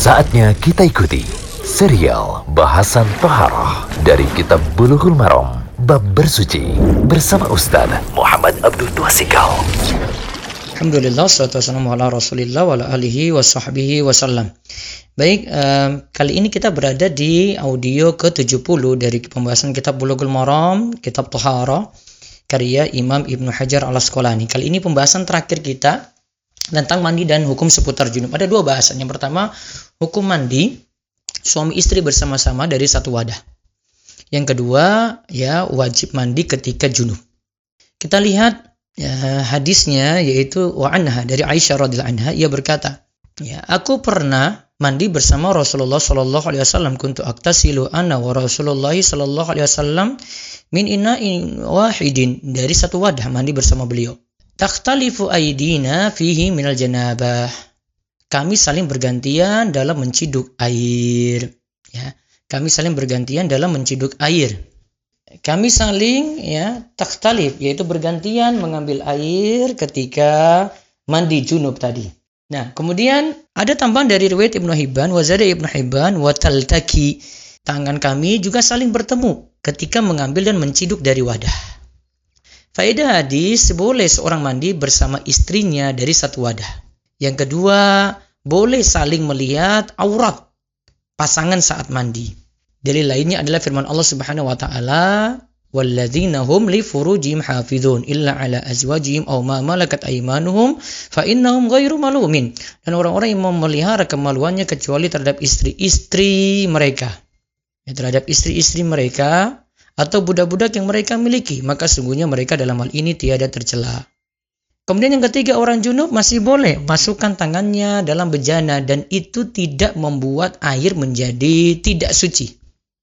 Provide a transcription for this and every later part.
Saatnya kita ikuti serial bahasan Toharoh dari Kitab Bulughul Maram Bab Bersuci bersama Ustaz Muhammad Abdul Twasikal. Alhamdulillah, salatu wassalamu ala rasulillah wa ala alihi wa sahbihi wasallam. Baik, kali ini kita berada di audio ke-70 dari pembahasan Kitab Bulughul Maram, Kitab Toharoh, karya Imam Ibnu Hajar al-Asqalani. Kali ini pembahasan terakhir kita tentang mandi dan hukum seputar junub. Ada dua bahasan. Yang pertama, hukum mandi suami istri bersama-sama dari satu wadah. Yang kedua, wajib mandi ketika junub. Kita lihat hadisnya, yaitu wa anha, dari Aisyah radhiyallahu anha. Ia berkata, aku pernah mandi bersama Rasulullah sallallahu alaihi wasallam. Kuntu aktasilu ana wa Rasulullah sallallahu alaihi wasallam min ina'in wahidin, dari satu wadah mandi bersama beliau. Takhtalifu aydina fihi minal janabah. Kami saling bergantian dalam menciduk air. Kami saling bergantian dalam menciduk air. Kami saling takhtalif, yaitu bergantian mengambil air ketika mandi junub tadi. Nah, kemudian ada tambahan dari riwayat Ibnu Hibban, wa zada Ibnu Hibban wa taltaki. Tangan kami juga saling bertemu ketika mengambil dan menciduk dari wadah. Faedah hadis, boleh seorang mandi bersama istrinya dari satu wadah. Yang kedua, boleh saling melihat aurat pasangan saat mandi. Dalil lainnya adalah firman Allah Subhanahu wa taala, walladzina hum li furujihim hafizun illa ala azwajihim aw ma malakat aymanuhum fa innahum ghairu malumin. Dan orang-orang yang memelihara kemaluannya kecuali terhadap istri-istri mereka. Terhadap istri-istri mereka atau budak-budak yang mereka miliki, maka sungguhnya mereka dalam hal ini tiada tercela. Kemudian yang ketiga, orang junub masih boleh masukkan tangannya dalam bejana dan itu tidak membuat air menjadi tidak suci.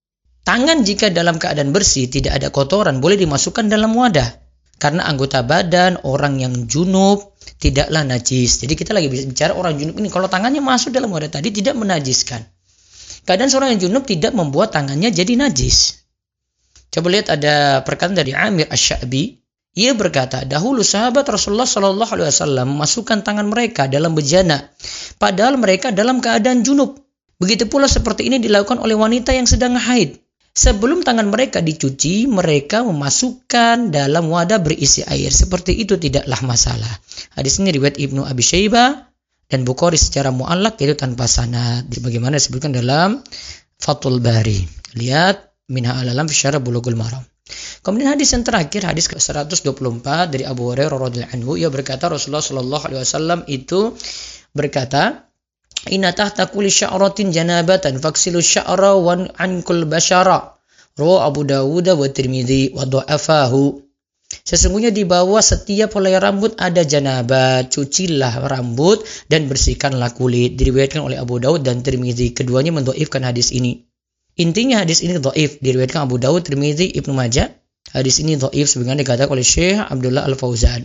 Tangan jika dalam keadaan bersih, tidak ada kotoran, boleh dimasukkan dalam wadah. Karena anggota badan orang yang junub tidaklah najis. Jadi kita lagi bicara orang junub ini, kalau tangannya masuk dalam wadah tadi tidak menajiskan. Keadaan seorang yang junub tidak membuat tangannya jadi najis. Coba lihat, ada perkataan dari Amir Asy-Sya'bi. Ia berkata, dahulu sahabat Rasulullah sallallahu alaihi wasallam memasukkan tangan mereka dalam bejana padahal mereka dalam keadaan junub. Begitu pula seperti ini dilakukan oleh wanita yang sedang haid. Sebelum tangan mereka dicuci, mereka memasukkan dalam wadah berisi air. Seperti itu tidaklah masalah. Hadis ini riwayat Ibnu Abi Syaibah dan Bukhari secara mu'allaq, yaitu tanpa sanad. Bagaimana disebutkan dalam Fathul Bari. Lihat Minha al-Alam fi Syarah Bulughul Maram. Kemudian hadis yang terakhir, hadis ke-124 dari Abu Hurairah radhiyallahu anhu. Ia berkata, Rasulullah sallallahu alaihi wasallam itu berkata, inna tahta kulli sya'ratin janabatan faksilu sya'ra wa ankul basyara. Rawahu Abu Dawud wa Tirmidzi wa dha'afahu. Sesungguhnya di bawah setiap helai rambut ada janabat, cucilah rambut dan bersihkanlah kulit. Diriwayatkan oleh Abu Dawud dan Tirmidzi. Keduanya mendhaifkan hadis ini. Intinya hadis ini dhaif, diriwayatkan Abu Dawud, Tirmidzi, Ibnu Majah. Hadis ini dhaif sebagaimana dikatakan oleh Syekh Abdullah Al-Fauzan.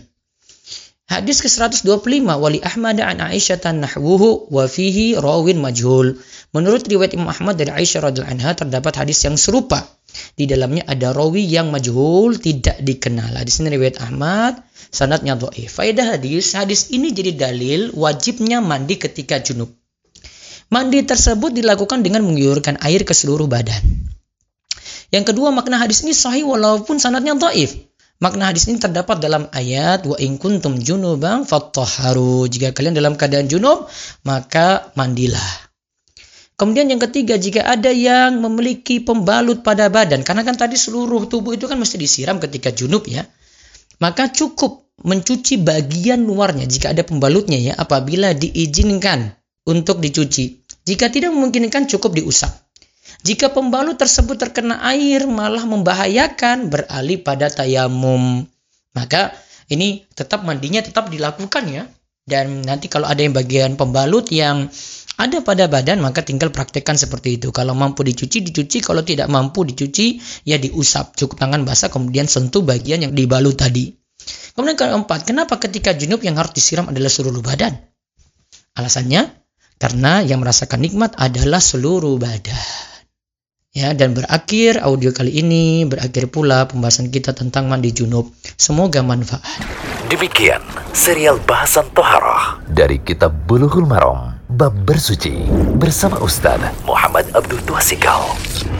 Hadis ke-125, wali Ahmad an Aisyah nahwuhu wa fihi rawin majhul. Menurut riwayat Imam Ahmad dari Aisyah radhiyallahu anha terdapat hadis yang serupa. Di dalamnya ada rawi yang majhul, tidak dikenal. Hadis ini riwayat Ahmad, sanadnya dhaif. Faedah hadis ini jadi dalil wajibnya mandi ketika junub. Mandi tersebut dilakukan dengan mengguyurkan air ke seluruh badan. Yang kedua, makna hadis ini sahih walaupun sanadnya dhaif. Makna hadis ini terdapat dalam ayat wa in kuntum junuban fattahharu. Jika kalian dalam keadaan junub, maka mandilah. Kemudian yang ketiga, jika ada yang memiliki pembalut pada badan, karena kan tadi seluruh tubuh itu kan mesti disiram ketika junub maka cukup mencuci bagian luarnya jika ada pembalutnya apabila diizinkan untuk dicuci. Jika tidak memungkinkan, cukup diusap. Jika pembalut tersebut terkena air malah membahayakan, beralih pada tayamum. Maka ini tetap mandinya tetap dilakukan Dan nanti kalau ada yang bagian pembalut yang ada pada badan, maka tinggal praktekkan seperti itu. Kalau mampu dicuci, dicuci. Kalau tidak mampu dicuci, diusap. Cukup tangan basah kemudian sentuh bagian yang dibalut tadi. Kemudian keempat, kenapa ketika junub yang harus disiram adalah seluruh badan? Alasannya, karena yang merasakan nikmat adalah seluruh badan. Dan berakhir audio kali ini, berakhir pula pembahasan kita tentang mandi junub. Semoga manfaat. Demikian serial bahasan Toharoh dari Kitab Bulughul Maram Bab Bersuci bersama Ustaz Muhammad Abdul Twasikal.